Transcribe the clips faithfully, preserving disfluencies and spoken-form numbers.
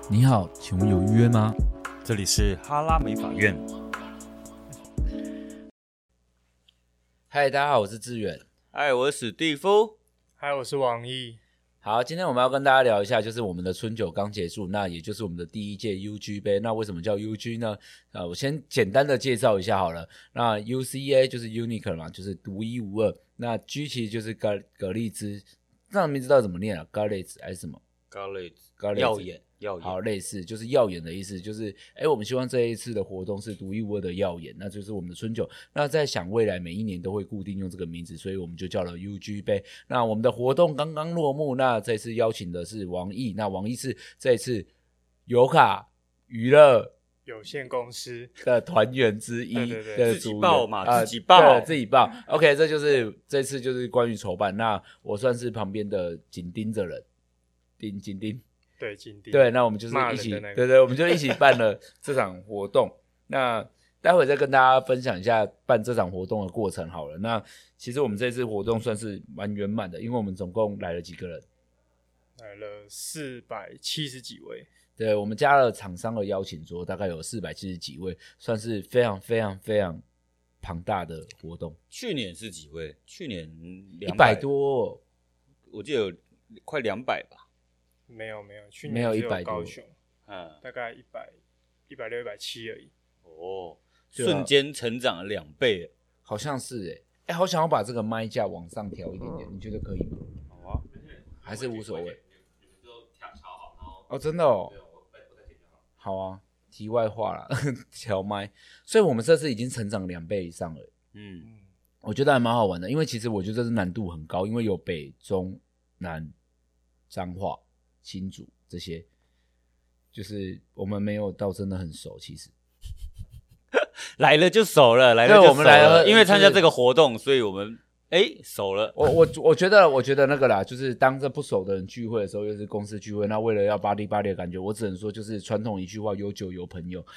你好，请问有预约吗？ 这里是哈拉美法院。 嗨，大家好，我是志远。 嗨，我是史蒂夫。 嗨，我是王毅。 好，今天我们要跟大家聊一下，就是我们的春酒刚结束，那也就是我们的第一届 U G 杯。那为什么叫 U G 呢？呃，我先简单的介绍一下好了。那 U C A 就是 unique 嘛，就是独一无二。那 G 其实就是格格利兹，那名字知道怎么念啊 ？Garlic 还是什么 ？Garlic， 耀眼，耀眼。 好，类似就是耀眼的意思，就是哎，我们希望这一次的活动是独一无二的耀眼，那就是我们的春酒。那在想未来每一年都会固定用这个名字，所以我们就叫了 U G 杯。那我们的活动刚刚落幕，那这次邀请的是王毅，那王毅是这一次尤卡娱乐有限公司的团员之一， 对对对， 的自己报嘛， 呃、 自己报， 自己报。OK， 这就是这次就是关于筹办，那我算是旁边的紧盯着人，盯紧盯。 对，紧盯。 对，那我们就是一起，那个、对对，我们就一起办了这场活动。那待会再跟大家分享一下办这场活动的过程好了。那其实我们这次活动算是蛮圆满的，因为我们总共来了几个人？ 来了四百七十几位。 对，我们加了厂商的邀请桌，大概有四百七十几位，算是非常非常非常庞大的活动。 去年是几位？去年一百多， 我记得有快两百吧。 没有没有，去年没有只有高雄， 嗯， 大概一百、一百六、一百七而已。 哦，瞬间成长了两倍， 好像是哎、欸，哎、欸，好想要把这个麦架往上调一点点，你觉得可以吗？ 好啊， 还是无所谓。 你们就调超好，然后哦，真的哦。 对，我我再调就好。 好啊，题外话啦，调麦，所以我们这次已经成长两倍以上了。 嗯， 我觉得还蛮好玩的，因为其实我觉得这是难度很高，因为有北中南彰化新竹这些，就是我们没有到真的很熟，其实来了就熟了，来了就熟了。 我们来了， 因为参加这个活动，所以我们哎熟了。 我我我觉得，我觉得那个啦，就是当这不熟的人聚会的时候，又是公司聚会，那为了要巴黎巴黎的感觉，我只能说就是传统一句话：有酒有朋友。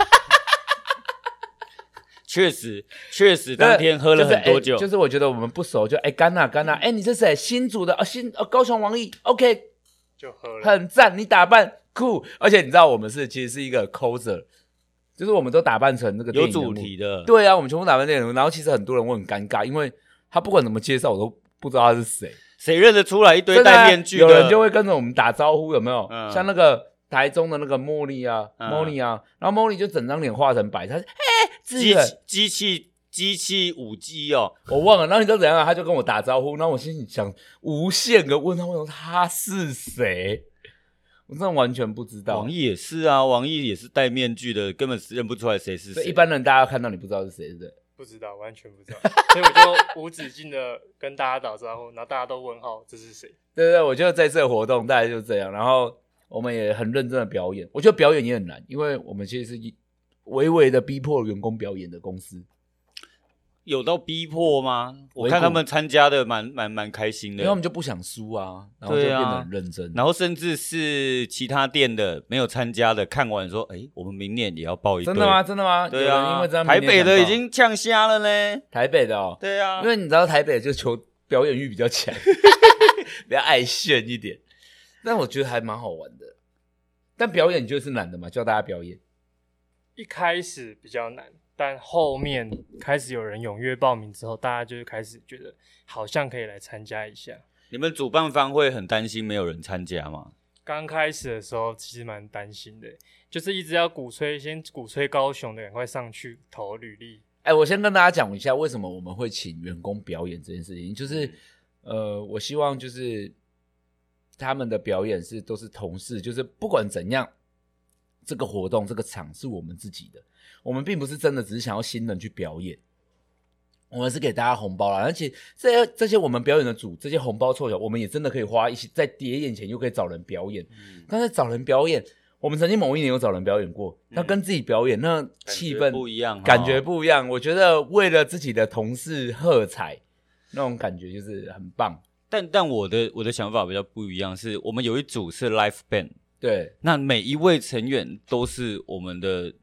确实，确实，当天喝了很多酒。 就是、欸就是我觉得我们不熟，就哎干呐干呐，哎你是谁？新竹的啊、哦，新哦高雄王毅 ，OK， 就喝了， 很赞，你打扮酷，而且你知道我们是其实是一个 coser， 就是我们都打扮成那个电影有主题的， 对啊，我们全部打扮电影，然后其实很多人会很尴尬，因为他不管怎么介绍，我都不知道他是谁， 谁认得出来一堆戴面具的、 啊，有人就会跟着我们打招呼，有没有？ 嗯、 像那个台中的那个茉莉啊，茉莉、嗯、啊，然后茉莉就整张脸画成白，他说：“哎， 机机器。”机器五 G 哦， 我忘了，然后你知道怎样啊？他就跟我打招呼，然后我心里想无限个问他，问他是谁？我真的完全不知道。 王毅也是啊，王毅也是戴面具的，根本认不出来谁是谁。 一般人大家看到你不知道是谁，对不对？ 不知道，完全不知道，所以我就无止境的跟大家打招呼，然后大家都问号这是谁？ 对对对，我觉得这次的活动大概就这样，然后我们也很认真的表演。我觉得表演也很难，因为我们其实是微微的逼迫员工表演的公司。 有到逼迫吗？我看他们参加的蛮蛮蛮开心的， 因为他们就不想输啊，然后就变得很认真、啊。 然后甚至是其他店的没有参加的，看完说：“哎，我们明年也要报一队。” 真的吗？真的吗？ 对啊， 因为这台北的已经呛瞎了呢。 台北的哦， 对啊， 因为你知道台北就求表演欲比较强，比较爱炫一点。但我觉得还蛮好玩的。但表演就是难的嘛，教大家表演。 一开始比较难。但后面开始有人踊跃报名之后，大家就开始觉得好像可以来参加一下。 你们主办方会很担心没有人参加吗？ 刚开始的时候其实蛮担心的，就是一直要鼓吹，先鼓吹高雄的赶快上去投履历。 哎、欸，我先跟大家讲一下为什么我们会请员工表演这件事情，就是、嗯、呃，我希望就是他们的表演是都是同事，就是不管怎样，这个活动这个场是我们自己的。我们并不是真的只是想要新人去表演，我们是给大家红包啦，而且这些这些我们表演的组，这些红包凑巧，我们也真的可以花一些在碟演前又可以找人表演。嗯、但是找人表演，我们曾经某一年有找人表演过，那、嗯、跟自己表演那气氛不一样， 感觉不一样。我觉得为了自己的同事喝彩，那种感觉就是很棒。 但但我的我的想法比较不一样，是我们有一组是 live band， 对， 那每一位成员都是我们的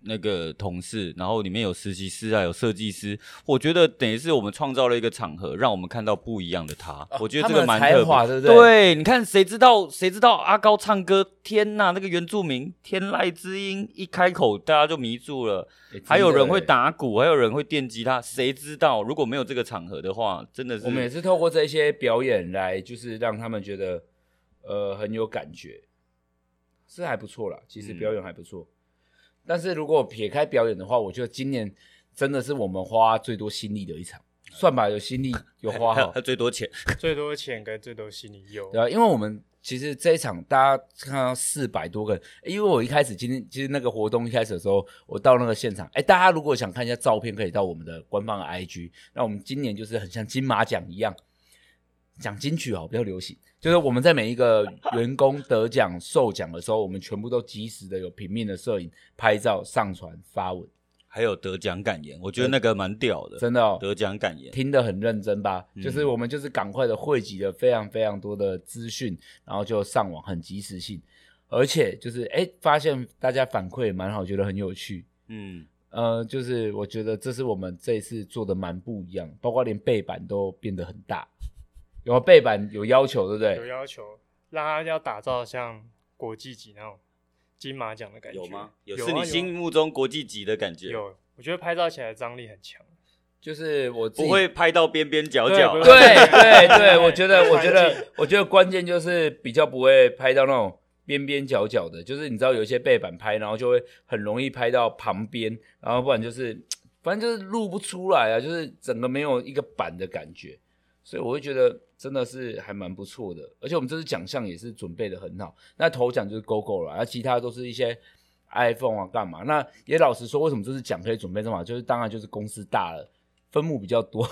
那个同事，然后里面有实习师啊，有设计师，我觉得等于是我们创造了一个场合，让我们看到不一样的他。哦、我觉得这个蛮特别， 对不对？ 对，你看谁知道谁知道阿高唱歌，天哪，那个原住民天籁之音一开口，大家就迷住了。欸、还有人会打鼓，还有人会电吉他，谁知道？如果没有这个场合的话，真的是我们也是透过这些表演来，就是让他们觉得呃很有感觉，是还不错啦。其实表演还不错。嗯，但是如果撇开表演的话，我觉得今年真的是我们花最多心力的一场，算吧，有心力有花好， 最多钱， 最多钱跟最多心力有， 对啊，因为我们其实这一场大家看到四百多个人，因为我一开始今天其实那个活动一开始的时候，我到那个现场，哎，大家如果想看一下照片，可以到我们的官方的 I G。那我们今年就是很像金马奖一样，讲金曲好比较流行。就是我们在每一个员工得奖受奖的时候，我们全部都及时的有平面的摄影、拍照、上传、发文， 还有得奖感言，我觉得那个蛮屌的， 真的哦。 得奖感言听得很认真吧？ 嗯、 就是我们就是赶快的汇集了非常非常多的资讯，然后就上网，很及时性，而且就是哎，发现大家反馈也蛮好，觉得很有趣。嗯，呃，就是我觉得这是我们这一次做的蛮不一样，包括连背板都变得很大。有没有背板有要求，对不对？ 有要求，让他要打造像国际级那种金马奖的感觉。 有吗？有，有是你心目中国际级的感觉？ 有，我觉得拍照起来张力很强。 就是我自己不会拍到边边角角。 对对 对, 对，我觉得，我觉得，我觉得关键就是比较不会拍到那种边边角角的，就是你知道有一些背板拍，然后就会很容易拍到旁边，然后不然就是反正就是录不出来啊，就是整个没有一个板的感觉。所以我会觉得真的是还蛮不错的，而且我们这次奖项也是准备的很好。那头奖就是 GoGo 了，那其他都是一些 iPhone 啊干嘛。那也老实说，为什么这次奖可以准备这么好，就是当然就是公司大了，分母比较多。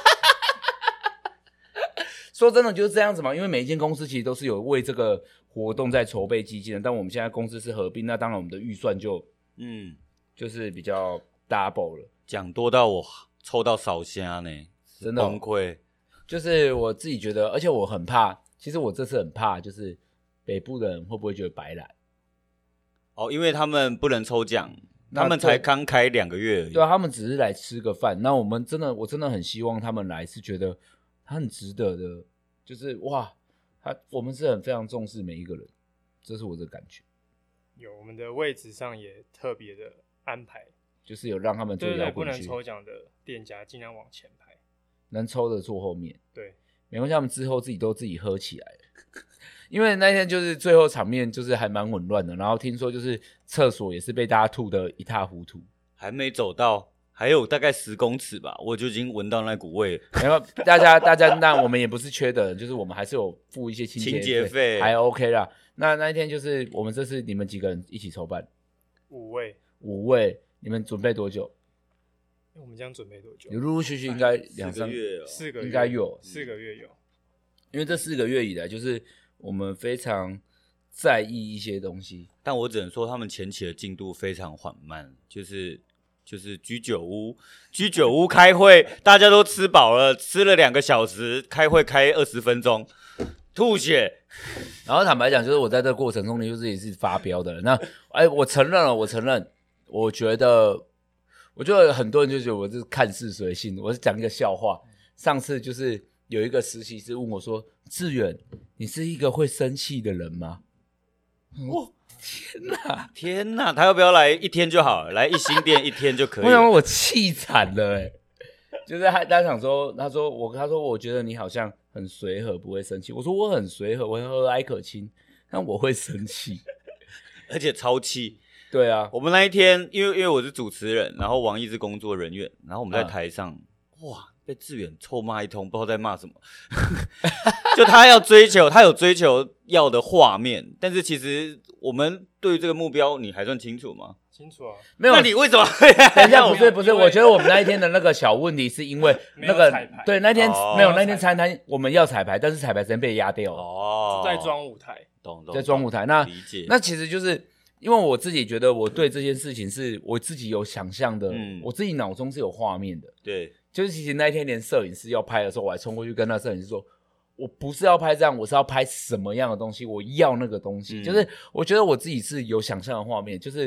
说真的就是这样子嘛，因为每一间公司其实都是有为这个活动在筹备基金的，但我们现在公司是合并，那当然我们的预算就嗯就是比较 double 了。 奖多到我抽到烧虾呢， 真的、 哦、崩溃。 就是我自己觉得，而且我很怕，其实我这次很怕，就是北部的人会不会觉得白来？ 哦，因为他们不能抽奖，他们才刚开两个月而已。 对啊，他们只是来吃个饭。那我们真的，我真的很希望他们来，是觉得他很值得的，就是哇，他我们是很非常重视每一个人，这是我的感觉。 有我们的位置上也特别的安排， 就是有让他们坐摇滚区， 对对，不能抽奖的店家尽量往前排。 能抽的坐后面， 对， 没关系，他们之后自己都自己喝起来了。因为那天就是最后场面就是还蛮混乱的，然后听说就是厕所也是被大家吐得一塌糊涂， 还没走到，还有大概十公尺吧，我就已经闻到那股味了。 然后大家大家那我们也不是缺的，就是我们还是有付一些清洁清洁费， 还 OK 啦。那那一天就是我们这次你们几个人一起筹办？ 五位， 五位，你们准备多久？ 我们这样准备多久？ 有陆陆续续应该两三个月、哦， 四个月应该有四个月有， 因为这四个月以来，就是我们非常在意一些东西。 但我只能说，他们前期的进度非常缓慢，就是就是居酒屋，居酒屋开会，大家都吃饱了，吃了两个小时，开会开二十分钟，吐血。 然后坦白讲，就是我在这个过程中，你就是也是发飙的人。那哎，我承认了，我承认，我觉得。我觉得很多人就觉得我是看似随性，我是讲一个笑话。上次就是有一个实习师问我说：“志远，你是一个会生气的人吗？”哦，天哪， 天哪，他要不要来一天就好了？来一星店一天就可以了。 我想我气惨了哎、欸，就是他他想说，他说我他说我觉得你好像很随和，不会生气。我说我很随和，我很和蔼可亲，但我会生气， 而且超气。 对啊， 我们那一天，因为因为我是主持人，然后王毅是工作人员，然后我们在台上，啊、哇，被志远臭骂一通，不知道在骂什么。就他要追求，他有追求要的画面，但是其实我们对于这个目标，你还算清楚吗？ 清楚啊， 没有。 那你为什么？ 等一下，不是不是，我觉得我们那一天的那个小问题是因为那个对那天、哦、没有那天餐摊我们要彩排，但是彩排时间被压掉了。 哦，在装舞台， 懂懂， 在装舞台。那理解。 那其实就是因为我自己觉得我对这件事情是我自己有想象的，嗯、我自己脑中是有画面的。 对， 就是其实那一天连摄影师要拍的时候，我还冲过去跟那摄影师说。我不是要拍这样，我是要拍什么样的东西，我要那个东西、嗯、就是我觉得我自己是有想象的画面，就是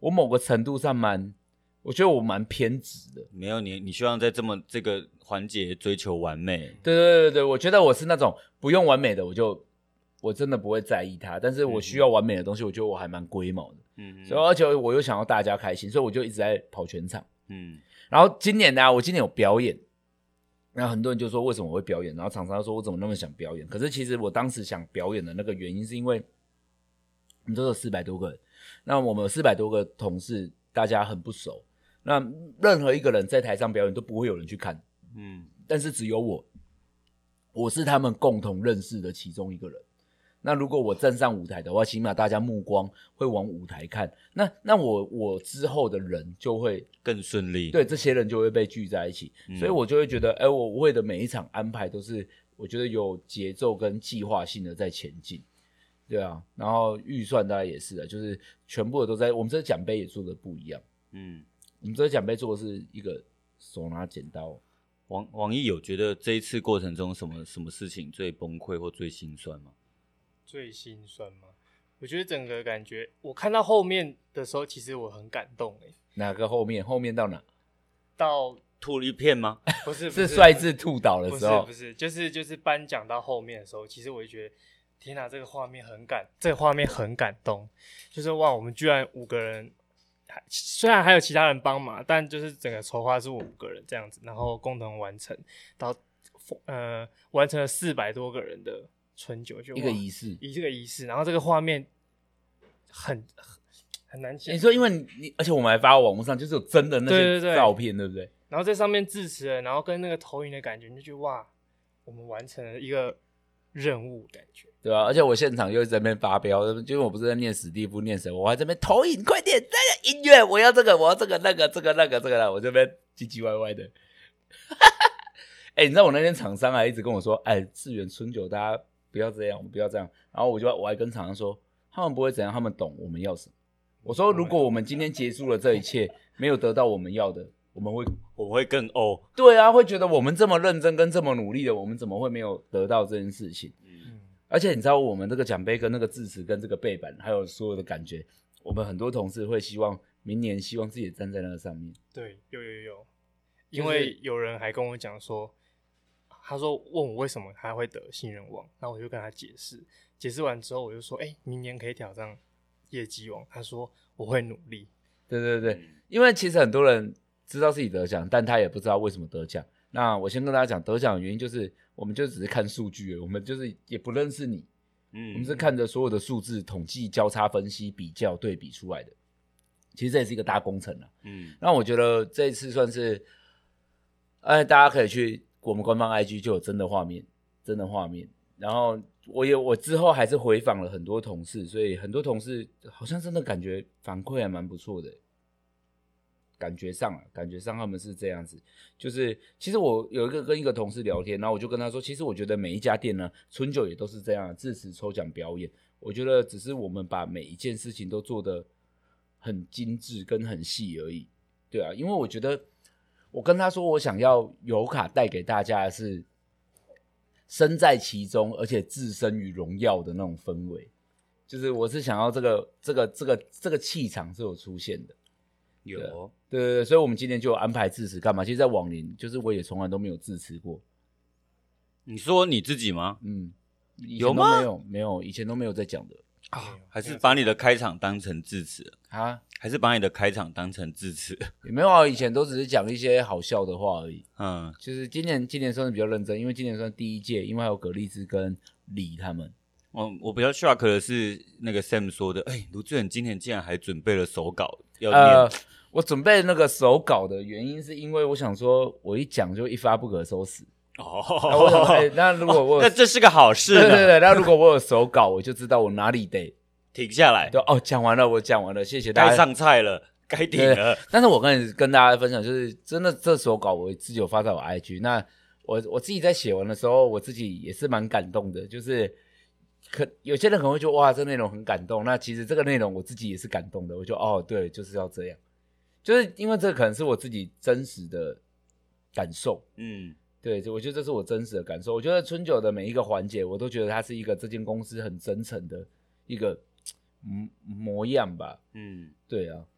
我某个程度上蛮，我觉得我蛮偏执的。 没有你，你希望在这么这个环节追求完美。 对对对对，我觉得我是那种不用完美的，我就我真的不会在意它。但是我需要完美的东西，我觉得我还蛮龟毛的。嗯，所以而且我又想要大家开心，所以我就一直在跑全场。嗯，然后今年呢、啊，我今年有表演。然后很多人就说为什么我会表演，然后厂商说我怎么那么想表演，可是其实我当时想表演的那个原因是因为我们都有四百多个人，那我们有四百多个同事，大家很不熟，那任何一个人在台上表演都不会有人去看，嗯，但是只有我，我是他们共同认识的其中一个人。那如果我站上舞台的话，起码大家目光会往舞台看，那那我我之后的人就会更顺利， 对，这些人就会被聚在一起，嗯、所以我就会觉得，哎，我为的每一场安排都是我觉得有节奏跟计划性的在前进，对啊，然后预算大概也是的，就是全部的都在，我们这个奖杯也做的不一样，嗯，我们这个奖杯做的是一个手拿剪刀。 王王毅有觉得这一次过程中什么什么事情最崩溃或最心酸吗？ 最心酸吗？我觉得整个感觉，我看到后面的时候，其实我很感动诶。 哪个后面？后面到哪？ 到吐一片吗？ 不是， 是帅字吐倒的时候， 不是，不是，就是就是颁奖到后面的时候，其实我就觉得，天哪，这个画面很感，这个画面很感动，就是哇，我们居然五个人，虽然还有其他人帮忙，但就是整个筹划是我五个人这样子，然后共同完成，到呃完成了四百多个人的。春酒就一个仪式， 以这个仪式，然后这个画面很很难想。 你说，因为你，而且我们还发到网络上，就是有真的那些照片， 对, 对, 对, 对, 对不对？ 然后在上面致辞了，然后跟那个投影的感觉，你就觉得哇，我们完成了一个任务，感觉对啊。而且我现场又在那边发飙，因为我不是在念史蒂夫念谁，我还在那边投影，快点，那个音乐，我要这个，我要这个，那个，这个，那个，这个，我这边唧唧歪歪的。哎、欸，你知道我那天厂商还一直跟我说，哎，志远春酒大家。不要这样，我们不要这样。然后我就我还跟厂商说，他们不会怎样，他们懂我们要什么。我说，如果我们今天结束了这一切，没有得到我们要的，我们会我们会更哦。 对啊，会觉得我们这么认真跟这么努力的，我们怎么会没有得到这件事情？嗯。而且你知道，我们这个奖杯跟那个致辞跟这个背板，还有所有的感觉，我们很多同事会希望明年希望自己站在那个上面。 对，有有有，因为有人还跟我讲说。他说问我为什么他会得新人王，然后我就跟他解释，解释完之后我就说，哎、欸，明年可以挑战业绩王。他说我会努力。 对对对，因为其实很多人知道自己得奖，但他也不知道为什么得奖。那我先跟大家讲，得奖的原因就是我们就只是看数据，我们就是也不认识你，嗯，我们是看着所有的数字统计、交叉分析、比较、对比出来的。其实这也是一个大工程了，嗯。那我觉得这一次算是，哎，大家可以去。我们官方 I G 就有真的画面，真的画面。然后我也我之后还是回访了很多同事，所以很多同事好像真的感觉反馈还蛮不错的，感觉上啊，感觉上他们是这样子。就是其实我有一个跟一个同事聊天，然后我就跟他说，其实我觉得每一家店呢，春酒也都是这样，致辞、抽奖、表演。我觉得只是我们把每一件事情都做得很精致跟很细而已，对啊，因为我觉得。我跟他说，我想要油卡带给大家的是身在其中，而且置身于荣耀的那种氛围。就是我是想要这个这个这个这个气场是有出现的。 有， 对对对，所以我们今年就有安排致辞干嘛？其实，在往年就是我也从来都没有致辞过。 你说你自己吗？ 嗯，有吗？没有，没有，以前都没有在讲的。 啊，还是把你的开场当成致辞啊？ 还是把你的开场当成致辞？ 也没有啊，以前都只是讲一些好笑的话而已。 嗯， 就是今年今年算是比较认真，因为今年算第一届，因为还有葛丽兹跟李他们。 哦，我比较 shock 的是那个 Sam 说的，哎、欸，卢志远今年竟然还准备了手稿要念。呃， 我准备那个手稿的原因是因为我想说，我一讲就一发不可收拾。 哦， 那我想、欸、那如果我、 哦、那这是个好事呢。 对对对，那如果我有手稿，我就知道我哪里得停下来。 对哦，讲完了，我讲完了，谢谢大家。 该上菜了，该停了。 但是我跟跟大家分享，就是真的这手稿我自己有发在我 I G。那我我自己在写完的时候，我自己也是蛮感动的。就是可有些人可能会觉得哇，这内容很感动。那其实这个内容我自己也是感动的。我就哦，对，就是要这样，就是因为这可能是我自己真实的感受。嗯。对，我觉得这是我真实的感受。我觉得春酒的每一个环节，我都觉得它是一个这间公司很真诚的一个模样吧。嗯，对啊。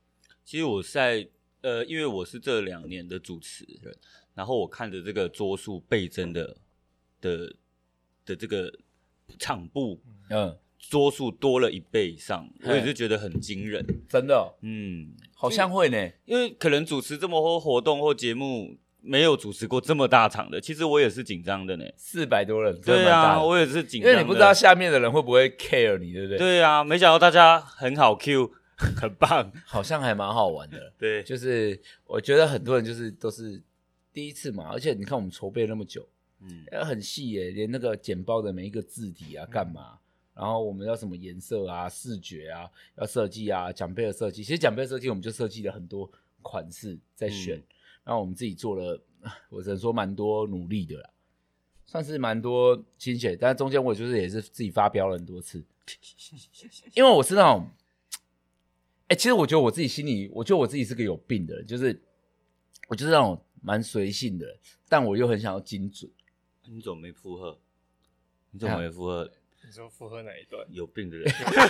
其实我是在呃，因为我是这两年的主持人，然后我看着这个桌数倍增的的的这个场部， 嗯， 桌数多了一倍以上，我也是觉得很惊人。 真的、哦， 嗯， 好像会呢， 因为可能主持这么多活动或节目，没有主持过这么大场的，其实我也是紧张的呢。 四百多人，真的对蛮大啊， 的我也是紧张的， 因为你不知道下面的人会不会 care 你，对不对？ 对啊，没想到大家很好 Q， 很棒。 好像还蛮好玩的。 对， 就是我觉得很多人就是都是第一次嘛，而且你看我们筹备那么久， 嗯， 很细耶，连那个简报的每一个字体啊，干嘛？然后我们要什么颜色啊、视觉啊，要设计啊，奖杯的设计。其实奖杯设计我们就设计了很多款式在选，嗯、然后我们自己做了，我只能说蛮多努力的啦，算是蛮多心血。但是中间我就是也是自己发飙了很多次，因为我是那种，哎、欸，其实我觉得我自己心里，我觉得我自己是个有病的人，就是我就是那种蛮随性的人，但我又很想要精准。 你怎么没附和？你怎么没附和？ 你说附和哪一段？ 有病的人。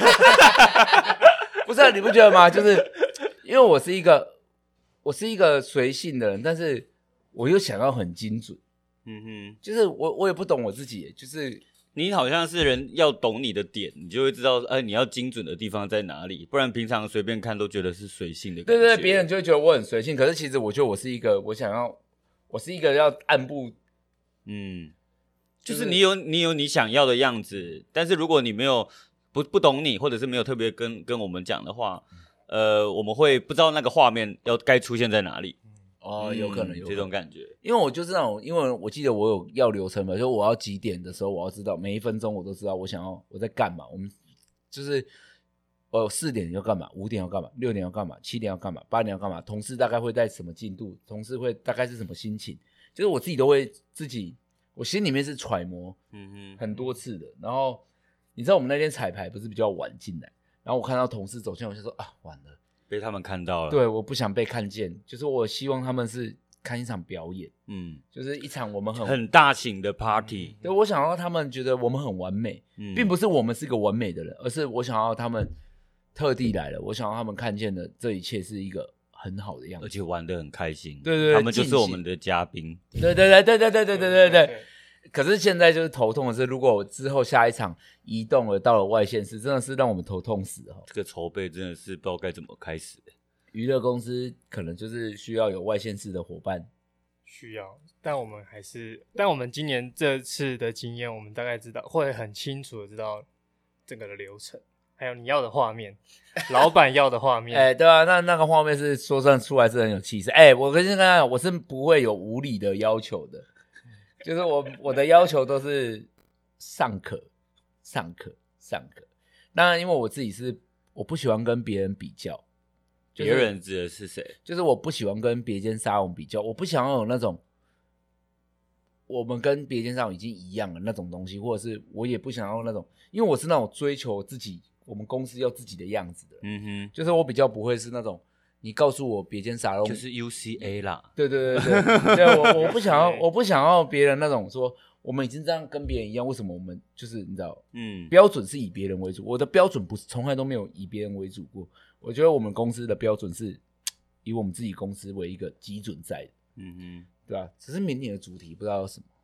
不是、啊，你不觉得吗？就是因为我是一个我是一个随性的人，但是我又想要很精准。嗯哼，就是我我也不懂我自己，就是你好像是人要懂你的点，你就会知道，哎，你要精准的地方在哪里，不然平常随便看都觉得是随性的感觉。 对对，别人就会觉得我很随性，可是其实我觉得我是一个，我想要，我是一个要按部， 嗯。就是你有你有你想要的样子，但是如果你没有不不懂你，或者是没有特别跟跟我们讲的话，呃，我们会不知道那个画面要该出现在哪里。 哦，嗯、有可能有可能这种感觉， 因为我就是那种，因为我记得我有要流程嘛，就是我要几点的时候，我要知道每一分钟我都知道我想要我在干嘛。我们就是我四点要干嘛，五点要干嘛，六点要干嘛，七点要干嘛，八点要干嘛，同事大概会在什么进度，同事会大概是什么心情，就是我自己都会自己。我心里面是揣摩很多次的，然后你知道我们那天彩排不是比较晚进来，然后我看到同事走进来，我就说啊，完了， 被他们看到了。 对，我不想被看见，就是我希望他们是看一场表演，嗯，就是一场我们很很大型的 party。 对，我想要他们觉得我们很完美，嗯，并不是我们是个完美的人，而是我想要他们特地来了，我想要他们看见的这一切是一个很好的样子， 而且玩得很开心。 对 对, 對， 他们就是我们的嘉宾。 对对对对对对对对对对。可是现在就是头痛的是，如果我之后下一场移动了到了外县市，真的是让我们头痛死了。 这个筹备真的是不知道该怎么开始。 娱乐公司可能就是需要有外县市的伙伴， 需要，但我们还是，但我们今年这次的经验，我们大概知道，会很清楚的知道整个的流程。还有你要的画面，老板要的画面， 哎、欸，对啊，那那个画面是说算出来是很有气势。哎、欸，我跟你讲，我是不会有无理的要求的，就是我我的要求都是尚可，尚可，尚可。那因为我自己是我不喜欢跟别人比较， 别、就是、人指的是谁？ 就是我不喜欢跟别间沙龙比较，我不想要有那种我们跟别间沙龙已经一样了那种东西，或者是我也不想要那种，因为我是那种追求自己。我们公司要自己的样子的，嗯哼，就是我比较不会是那种你告诉我别间沙龙就是 U C A 啦， 对对对对，对我我不想要我不想要别人那种说我们已经这样跟别人一样，为什么我们就是你知道，嗯，标准是以别人为主，我的标准不是从来都没有以别人为主过，我觉得我们公司的标准是以我们自己公司为一个基准在的，嗯哼，对吧、啊？只是明年的主题不知道有什么，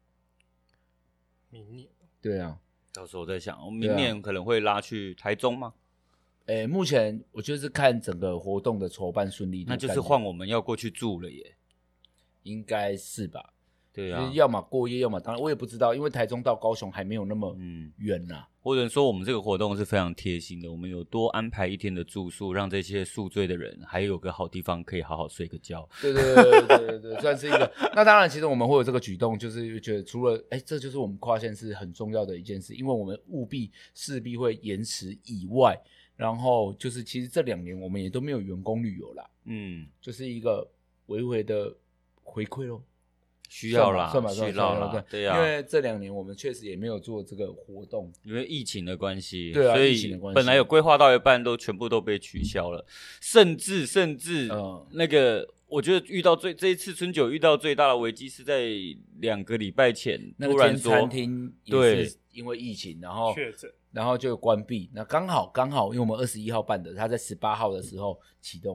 明年， 对啊。 到时候再想，我们明年可能会拉去台中吗？ 诶、欸，目前我就是看整个活动的筹办顺利， 那就是换我们要过去住了耶， 应该是吧？ 对啊， 就是要么过夜，要么当然我也不知道，因为台中到高雄还没有那么远呐、啊。 或者说我们这个活动是非常贴心的，我们有多安排一天的住宿，让这些宿醉的人还有个好地方可以好好睡个觉。 对对对对对对对，算是一个。那当然，其实我们会有这个举动，就是觉得除了哎，这就是我们跨县市很重要的一件事，因为我们务必势必会延迟以外，然后就是其实这两年我们也都没有员工旅游啦，嗯，就是一个微微的回馈咯。 需要啦， 算吧， 需要啦，对啊， 因为这两年我们确实也没有做这个活动， 因为疫情的关系， 对啊， 所以疫情的关系， 本来有规划到一半，都全部都被取消了，甚至甚至、嗯、那个，我觉得遇到最这一次春酒遇到最大的危机是在两个礼拜前，突然说餐厅也是因为疫情，然后确诊， 然后就关闭，那刚好刚好，因为我们二十一号办的，他在十八号的时候启动了。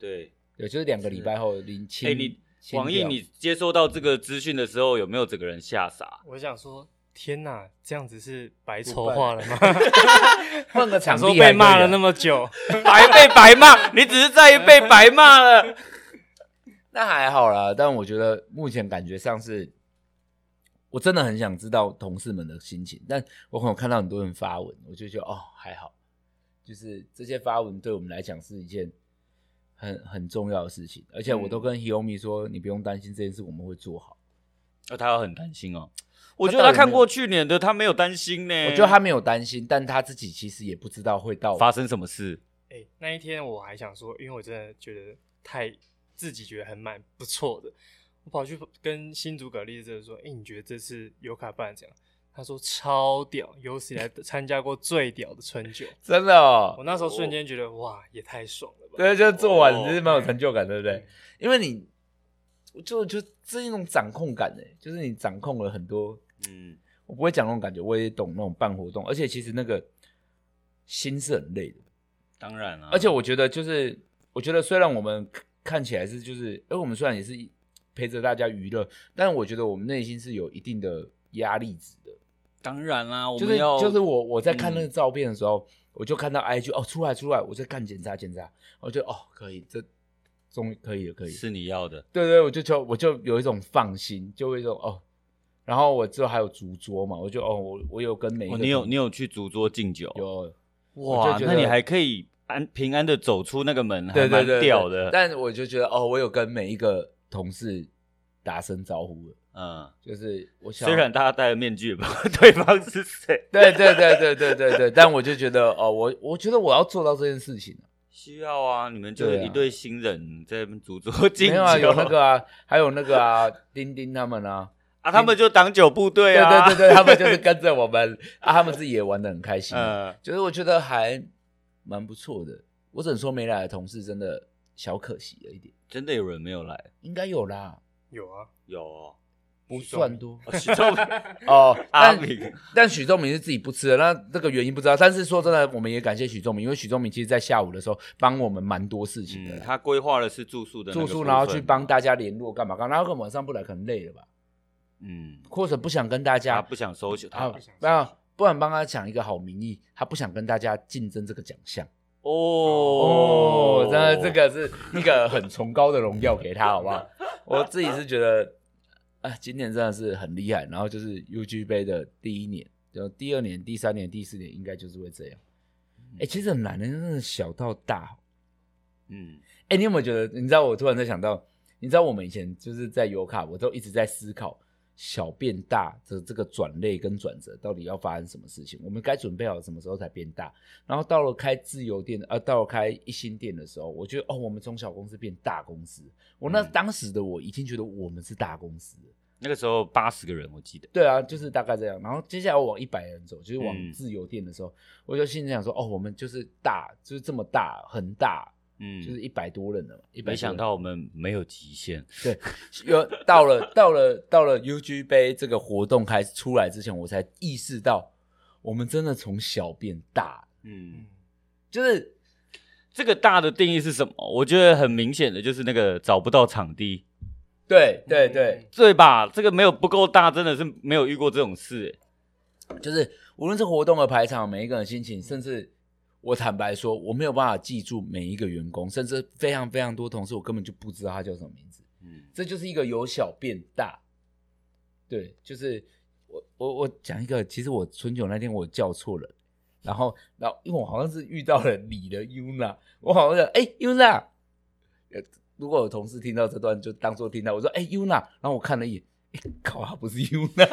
对对，就是两个礼拜后领清。 哎，你网易你接收到这个资讯的时候，有没有整个人吓傻？ 我想说，天哪，这样子是白筹划了吗？ 换个场地说被骂了那么久， 白被白骂，你只是在于被白骂了。 那还好啦，但我觉得目前感觉上是，我真的很想知道同事们的心情，但我可能看到很多人发文，我就觉得哦还好，就是这些发文对我们来讲是一件很很重要的事情，而且我都跟 Hiromi 说，你不用担心这件事，我们会做好。 哦，他要很担心哦。我觉得他看过去年的，他没有担心呢。 我觉得他没有担心，但他自己其实也不知道会到发生什么事。 哎、欸，那一天我还想说，因为我真的觉得太自己觉得很蛮不错的，我跑去跟新竹蛤蜊这说，哎、欸，你觉得这次尤卡办怎样？他说超屌，有史以来参加过最屌的春酒， 真的哦。 我那时候瞬间觉得、哦、哇，也太爽了吧！ 对，就做完就是蛮有成就感， 哦、 对不对？嗯、因为你就就这一种掌控感诶，就是你掌控了很多。嗯，我不会讲那种感觉，我也懂那种办活动，而且其实那个心是很累的。 当然啊， 而且我觉得就是，我觉得虽然我们看起来是就是，而我们虽然也是陪着大家娱乐，但我觉得我们内心是有一定的压力值的。 当然啦、啊，我们要就是就是我我在看那个照片的时候，嗯、我就看到 I G 哦出来出来，我在看检查检查，我就哦可以，这终于可以了可以了， 是你要的， 对对，我就就我就有一种放心，就会一种哦，然后我之后还有主桌嘛，我就哦我我有跟每一个、 哦、你有你有去主桌敬酒， 有哇，那你还可以安平安的走出那个门， 对对对， 还蛮屌的。 但我就觉得哦，我有跟每一个同事打声招呼了。 嗯， 就是我想， 虽然大家戴了面具，也不知道对方是谁。 对对对对对对对，但我就觉得哦，我我觉得我要做到这件事情。 需要啊，你们就是一对新人在那边主桌敬酒。 没有啊，有那个啊，还有那个啊，丁丁他们啊， 啊，他们就挡酒部队啊， 对对对对，他们就是跟着我们啊，他们自己也玩得很开心。嗯，就是我觉得还蛮不错的。我只能说没来的同事真的小可惜了一点。 真的有人没有来？ 应该有啦， 有啊， 有哦。 不算多， 许仲明哦， 阿明， 但许仲明是自己不吃的，那这个原因不知道。但是说真的，我们也感谢许仲明，因为许仲明其实在下午的时候帮我们蛮多事情的、嗯。 他规划的是住宿的住宿，然后去帮大家联络干嘛干嘛。然后可能晚上不来，可能累了吧？嗯，或者不想跟大家， 他不想收拾，他不想，不然不然帮他讲一个好名义，他不想跟大家竞争这个奖项。哦哦，真的这个是一个很崇高的荣耀给他，好不好？我自己是觉得。啊，今年真的是很厉害，然后就是 U G 杯的第一年，然后第二年、第三年、第四年应该就是会这样。哎、欸，其实很难的，真的小到大。嗯，哎、欸，你有没有觉得？你知道我突然在想到，你知道我们以前就是在油卡，我都一直在思考小变大的这个转类跟转折到底要发生什么事情，我们该准备好什么时候才变大？然后到了开自由店，呃，到了开一星店的时候，我觉得哦，我们从小公司变大公司。我那、嗯、当时的我已经觉得我们是大公司了。 那个时候八十个人，我记得。 对啊，就是大概这样。然后接下来我往一百人走，就是往自由店的时候，嗯、我就心里想说，哦，我们就是大，就是这么大，很大，嗯，就是一百多人了嘛。 没想到我们没有极限。 对，有到了到了到了 U G 杯这个活动开始出来之前，我才意识到，我们真的从小变大。嗯，就是这个大的定义是什么？我觉得很明显的就是那个找不到场地。 对对对， 对吧？这个没有不够大，真的是没有遇过这种事。 就是无论是活动的排场，每一个人心情，甚至我坦白说，我没有办法记住每一个员工，甚至非常非常多同事，我根本就不知道他叫什么名字。嗯，这就是一个由小变大。对，就是我我我讲一个，其实我春酒那天我叫错了，然后然后因为我好像是遇到了你的 Yuna， 我好像讲哎 Yuna， 如果有同事听到这段，就当作听到我说哎 Yuna， 然后我看了一眼，哎靠，他不是 Yuna。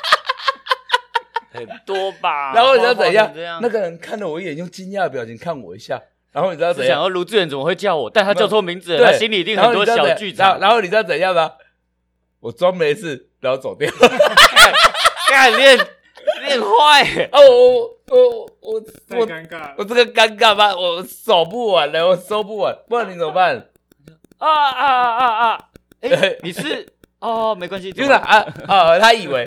很多吧， 然后你知道怎样？样那个人看了我一眼，用惊讶的表情看我一下。然后你知道怎样？ 想要卢志远怎么会叫我？但他叫错名字了，他心里一定很多小剧场。 然后你知道怎样吗？我装没事，然后走掉。 干练练坏哦！我我我太尴尬了， 我这个尴尬吧，我守不完了，我收不完，不然你怎么办？ 啊啊啊啊！哎，你是哦，没关系， 就是啊啊，他以为。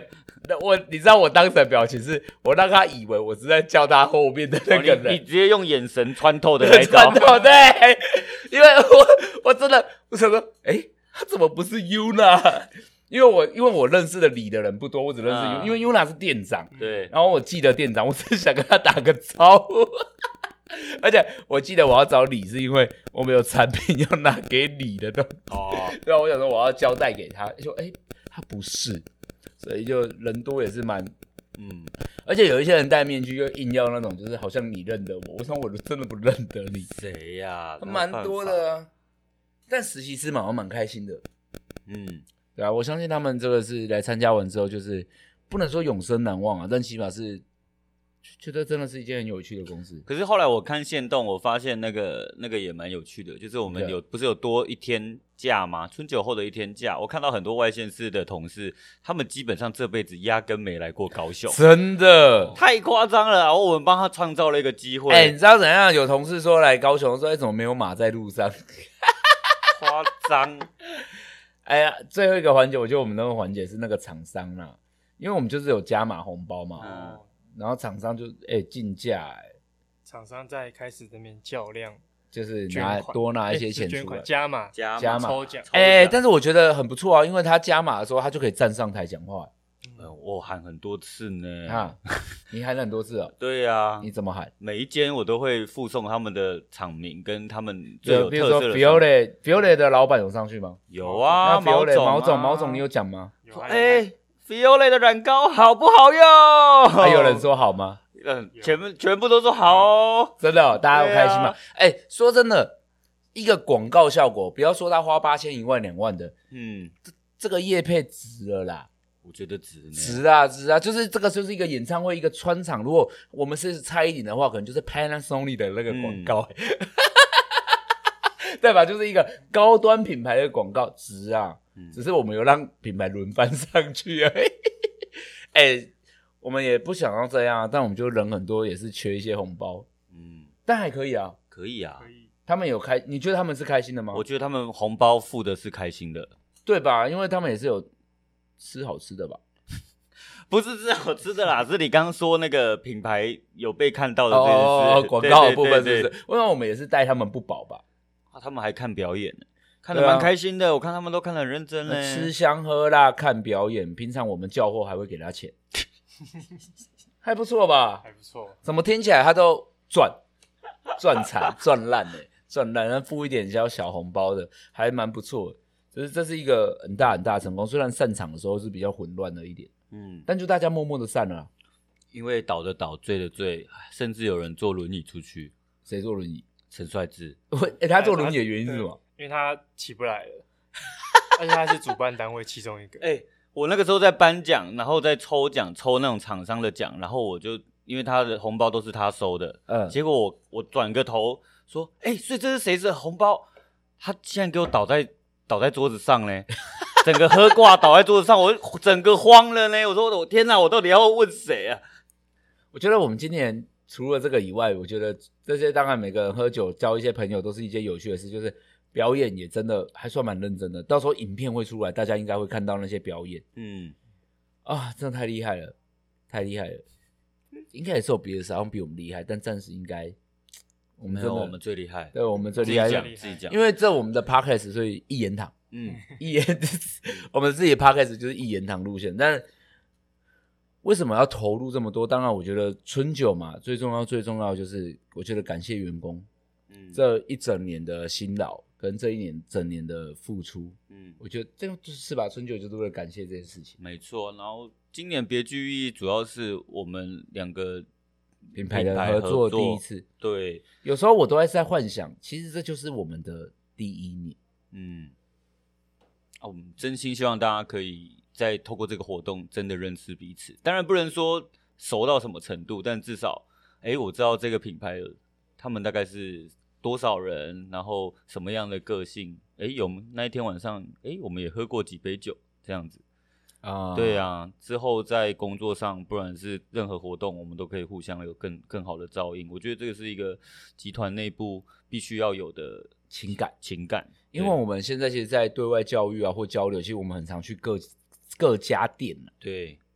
我你知道我当时的表情是，我让他以为我是在叫他后面的那个人， 哦、你, 你直接用眼神穿透的那一招， 穿透对，因为我我真的我想说，哎、欸，他怎么不是 Yuna？ 因为我因为我认识的李的人不多，我只认识 Yuna，、嗯、因为 Yuna 是店长， 对， 然后我记得店长，我只是想跟他打个招呼。而且我记得我要找李，是因为我们有产品要拿给李的东西。哦，对啊，我想说我要交代给他，说哎、欸，他不是，所以就人多也是蛮，嗯，而且有一些人戴面具就硬要那种，就是好像你认得我，我说我真的不认得你， 谁呀？ 蛮多的啊。但实习师嘛，我蛮开心的，嗯，对啊，我相信他们这个是来参加完之后，就是不能说永生难忘啊，但起码是。觉得真的是一件很有趣的公司。 可是后来我看限动，我发现那个那个也蛮有趣的，就是我们有不是有多一天假吗？春酒后的一天假，我看到很多外县市的同事，他们基本上这辈子压根没来过高雄， 真的太夸张了。然后我们帮他创造了一个机会。 哎、欸，你知道怎样？有同事说来高雄，说哎、欸、怎么没有马在路上？ 夸张。 哎呀，最后一个环节，我觉得我们那个环节是那个厂商啦，因为我们就是有加码红包嘛。嗯，然后厂商就哎竞价，哎， 厂商在开始这边较量， 就是拿多拿一些钱出来， 加码加码抽奖， 哎，但是我觉得很不错啊，因为他加码的时候，他就可以站上台讲话。 嗯，我喊很多次呢， 啊，你喊了很多次哦。 对啊， 你怎么喊？ 每一间我都会附送他们的场名跟他们最有特色的。 比如说 Fiole Fiole 的老板有上去吗？ 有啊， 那 Fiole 毛毛总毛总你有讲吗？ 有啊。 哎。Fiole 的染膏好不好用？ 还有人说好吗？ 嗯，全部全部都说好哦， 真的、哦，大家有开心吗？哎、啊欸，说真的，一个广告效果，不要说他花八千、一万、两万的，嗯，这这个业配值了啦。 我觉得值呢， 值啊值啊，就是这个就是一个演唱会一个穿场，如果我们是蔡依林的话，可能就是 Panasonic 的那个广告，嗯、对吧？就是一个高端品牌的广告，值啊。只是我们有让品牌轮番上去而已。哎、欸，我们也不想要这样，但我们就人很多，也是缺一些红包。嗯，但还可以啊， 可以啊。 他们有开，你觉得他们是开心的吗？ 我觉得他们红包付的是开心的， 对吧？因为他们也是有吃好吃的吧？ 不是吃好吃的啦，是你刚刚说那个品牌有被看到的这件事。 哦，广告的部分是不是？因为我们也是带他们不饱吧？ 啊，他们还看表演呢。看得蛮开心的、啊，我看他们都看得很认真嘞。 吃香喝辣看表演，平常我们叫货还会给他钱，还不错吧？ 还不错。 怎么听起来他都赚赚惨赚烂嘞，赚烂，然后付一点小小红包的，还蛮不错的。就是这是一个很大很大的成功，虽然散场的时候是比较混乱了一点，嗯，但就大家默默的散了、啊， 因为倒的倒，醉的醉，甚至有人坐轮椅出去。 谁坐轮椅？ 陈帅智。 哎、欸，他坐轮椅的原因是什么？ 因为他起不来了，而且他是主办单位其中一个。 哎、欸，我那个时候在颁奖，然后在抽奖，抽那种厂商的奖，然后我就因为他的红包都是他收的，嗯，结果我我转个头说，哎、欸，所以这是谁的红包？他现在给我倒在倒在桌子上呢，整个喝挂倒在桌子上，我整个慌了呢。我说我天哪，我到底要问谁啊？ 我觉得我们今年除了这个以外，我觉得这些当然每个人喝酒交一些朋友都是一件有趣的事，就是表演也真的还算蛮认真的。到时候影片会出来，大家应该会看到那些表演。嗯，啊，真的太厉害了，太厉害了。应该也是有别的沙龙比我们厉害，但暂时应该我们真的我们最厉害， 对，我们最厉害， 自己讲， 因为这我们的 podcast 所以一言堂，嗯，一言，我们自己的 podcast 就是一言堂路线，但。为什么要投入这么多？当然，我觉得春酒嘛，最重要、最重要就是，我觉得感谢员工，嗯，这一整年的辛劳跟这一年整年的付出，嗯，我觉得这就是吧，春酒就是为了感谢这件事情。 没错，然后今年别具意义，主要是我们两个品牌的合作第一次， 对， 有时候我都还是在幻想，其实这就是我们的第一年，嗯， 啊，我们真心希望大家可以。再透过这个活动真的认识彼此，当然不能说熟到什么程度，但至少哎，我知道这个品牌他们大概是多少人，然后什么样的个性，哎，有那一天晚上哎，我们也喝过几杯酒这样子啊，对啊，之后在工作上不然是任何活动我们都可以互相有更更好的照应，我觉得这个是一个集团内部必须要有的情感情感， 因为我们现在其实在对外教育啊或交流，其实我们很常去各各家店、啊、 对，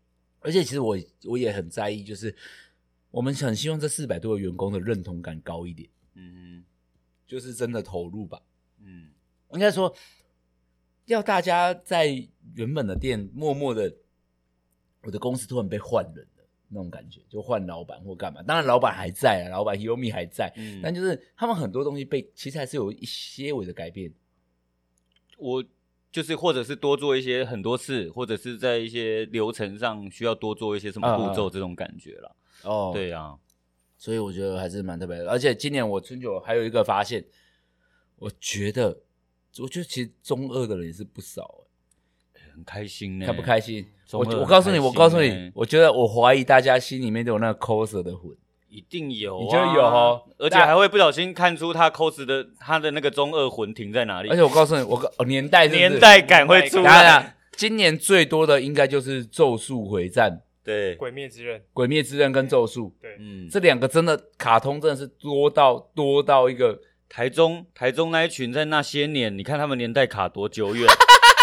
而且其实我我也很在意，就是我们很希望这四百多个员工的认同感高一点， 嗯就是真的投入吧。 嗯， 应该说，要大家在原本的店默默的，我的公司突然被换人了那种感觉，就换老板或干嘛。当然老板还在啊，老板 Hiromi 还在， 嗯但就是他们很多东西被其实还是有一些微的改变。 我就是或者是多做一些很多事，或者是在一些流程上需要多做一些什么步骤，这种感觉啦。 哦， 对啊， 所以我觉得还是蛮特别的。而且今年我春酒还有一个发现，我觉得，我觉得其实中二的人也是不少、欸， 很开心呢、 开不开心？我中二我告诉你， 很开心我告诉你欸， 我觉得我怀疑大家心里面都有那个 coser 的魂。 一定有、啊， 你觉得有哦而且还会不小心看出他 cos 的他的那个中二魂停在哪里， 而且我告诉你，我告哦年代是不是年代感会出当然来。 啦，今年最多的应该就是《咒术回战》《 对， 鬼灭之刃， 鬼灭之刃》跟《咒术》 对， 嗯， 这两个真的卡通真的是多到多到一个， 台中台中那一群在那些年，你看他们年代卡多久远？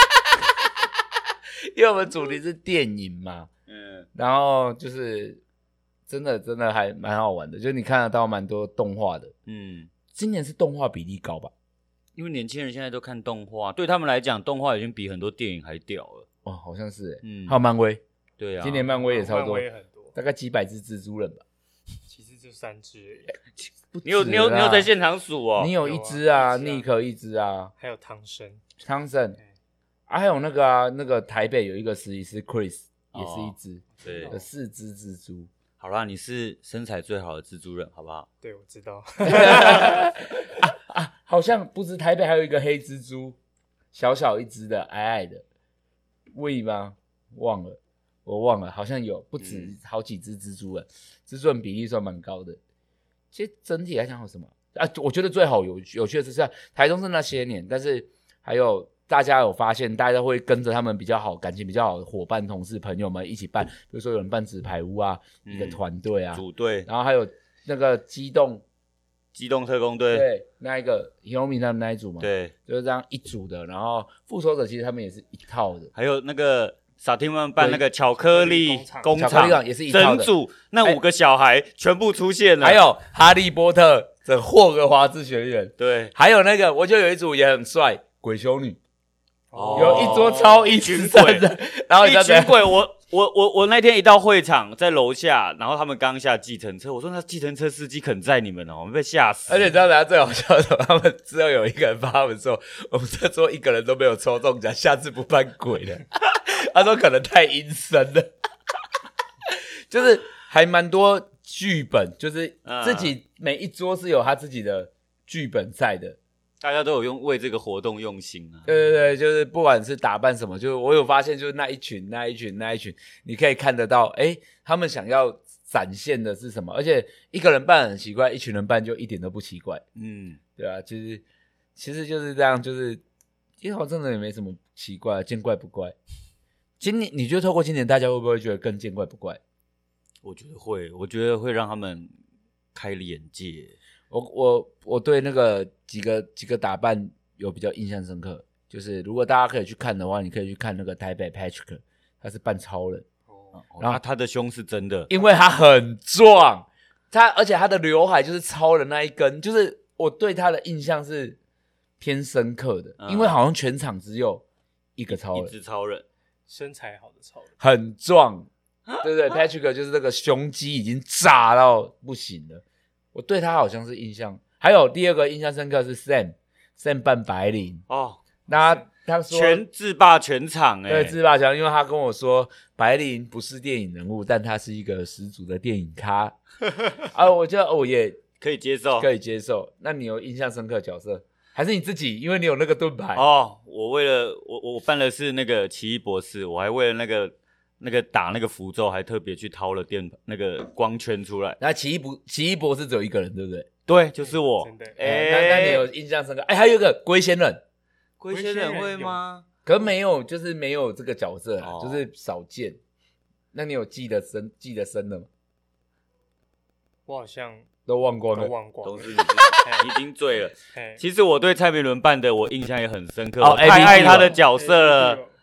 因为我们主题是电影嘛， 嗯， 然后就是真的真的还蛮好玩的，就是你看得到蛮多动画的。 嗯， 今年是动画比例高吧？ 因为年轻人现在都看动画，对他们来讲，动画已经比很多电影还屌了。 哦，好像是哎， 嗯还有漫威， 对啊， 今年漫威也超多漫威，也很多， 大概几百只蜘蛛人吧。 其实就三只而已， 不你有你有止啦你有在现场数哦？ 你有一只啊， 有啊一只啊尼克一只啊， 还有汤生， 汤森对啊，还有那个啊，那个台北有一个实习师 Chris， 哦也是一只， 对有四只蜘蛛。 好啦，你是身材最好的蜘蛛人，好不好？ 对我知道， 啊啊，好像不止台北还有一个黑蜘蛛，小小一只的，矮矮的，喂吗？忘了，我忘了，好像有不止嗯好几只蜘蛛人，蜘蛛人比例算蛮高的。其实整体来讲有什么啊？我觉得最好有有趣的是，像台中是那些年，但是还有大家有发现，大家会跟着他们比较好、感情比较好的伙伴、同事、朋友们一起办，比如说有人办纸牌屋啊， 嗯一个团队啊， 组队然后还有那个机动。 机动特工队， 对，那一个 Hiromi 他们那一组嘛，， 对， 就是这样一组的。然后复仇者其实他们也是一套的， 还有那个傻听们办对那个巧克力工巧克力厂厂也是一套的。 整组那五个小孩全部出现了， 还有哈利波特的霍格华兹学院， 对， 还有那个我就有一组也很帅，鬼修女， 哦有一桌超一群直生鬼的，然后你知道怎样一群鬼，我我我我那天一到会场，在楼下，然后他们刚下计程车，我说那计程车司机肯载你们哦，我们被吓死。 而且你知道大家最好笑的什么？他们之后有一个人发他们说，我们这桌一个人都没有抽中奖，下次不办鬼了。他说可能太阴森了，就是还蛮多剧本，就是自己每一桌是有他自己的剧本在的。 大家都有用为这个活动用心啊。 对对对，就是不管是打扮什么，就是我有发现，就是那一群、那一群、那一群，你可以看得到，哎，他们想要展现的是什么？而且一个人扮很奇怪，一群人扮就一点都不奇怪， 嗯， 对啊，其实其实就是这样，就是其实好像真的也没什么奇怪，见怪不怪。今年你觉得透过今年，大家会不会觉得更见怪不怪？ 我觉得会，我觉得会让他们开了眼界。 我我我对那个几个几个打扮有比较印象深刻，就是如果大家可以去看的话，你可以去看那个台北 Patrick， 他是扮超人， 哦然后他他的胸是真的， 因为他很壮，他而且他的刘海就是超人那一根，就是我对他的印象是偏深刻的， 嗯因为好像全场只有一个超一人， 只超人。 身材好的超人， 很壮，对不对？Patrick 就是那个胸肌已经炸到不行了。我对他好像是印象，还有第二个印象深刻是 Sam，Sam 扮白领， 哦， 那他他说全制霸全场哎、 对自霸强，因为他跟我说白灵不是电影人物，但他是一个十足的电影咖啊，我觉得我也可以接受。 可以接受。那你有印象深刻的角色，还是你自己？因为你有那个盾牌哦，我为了我我办的是那个奇异博士，我还为了那个那个打那个符咒，还特别去掏了电那个光圈出来。 那奇异博奇异博士只有一个人，对不对？ 对，就是我。 真的哎、 哎、 那那你有印象深刻？哎、还有一个龟仙人， 龟仙人会吗？ 可是没有，就是没有这个角色啦， 哦就是少见。那你有记得深记得深的吗？ 我好像都忘光都了。 忘光了都是你自己你已经醉了。 嘿其实我对蔡明伦办的我印象也很深刻， 哦我太 A B G 爱他的角色了。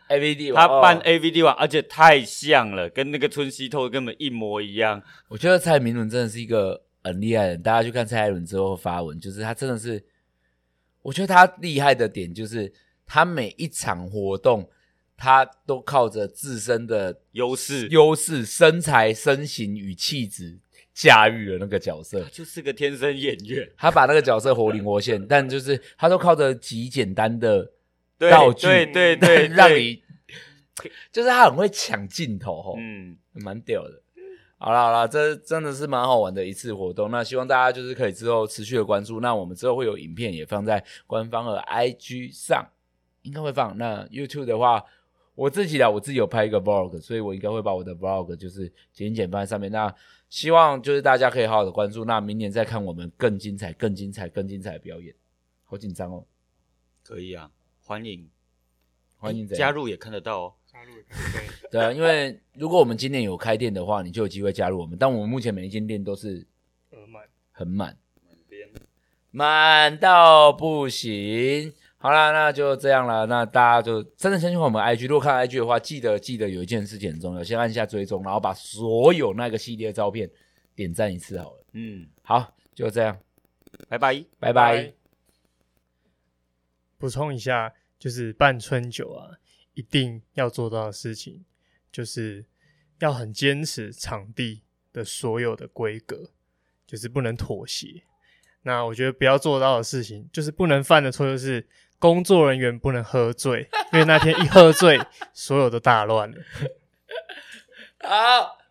A V D 他办哦 A V D 网，而且太像了，跟那个村西透根本一模一样。 我觉得蔡明伦真的是一个很厉害的人，大家去看蔡艾伦之后发文，就是他真的是，我觉得他厉害的点就是他每一场活动，他都靠着自身的优势优势、身材、身形与气质驾驭了那个角色。 他就是个天生演员， 他把那个角色活灵活现，但就是他都靠着极简单的对道具， 对对对， 让你就是他很会抢镜头吼， 嗯， 蛮屌的。好啦好啦，这真的是蛮好玩的一次活动。那希望大家就是可以之后持续的关注。那我们之后会有影片也放在官方的 I G 上，应该会放。那 YouTube 的话，我自己啦，我自己有拍一个 vlog， 所以我应该会把我的 vlog 就是剪一剪放在上面。那希望就是大家可以好好的关注。那明年再看我们更精彩、更精彩、更精彩的表演。好紧张哦！ 可以啊，欢迎欢迎加入也看得到哦。 加入也可以。 对啊，因为如果我们今年有开店的话，你就有机会加入我们。但我们目前每一间店都是额满， 很满，满到不行。好啦，那就这样了。那大家就真的先去我们 I G， 如果看 I G 的话，记得记得有一件事情很重要，先按下追踪，然后把所有那个系列照片点赞一次好了。 嗯， 好，就这样， 拜拜。 拜拜。 补充一下，就是办春酒啊，一定要做到的事情，就是要很坚持场地的所有的规格，就是不能妥协。那我觉得不要做到的事情，就是不能犯的错，就是工作人员不能喝醉，因为那天一喝醉，所有都大乱了。 好。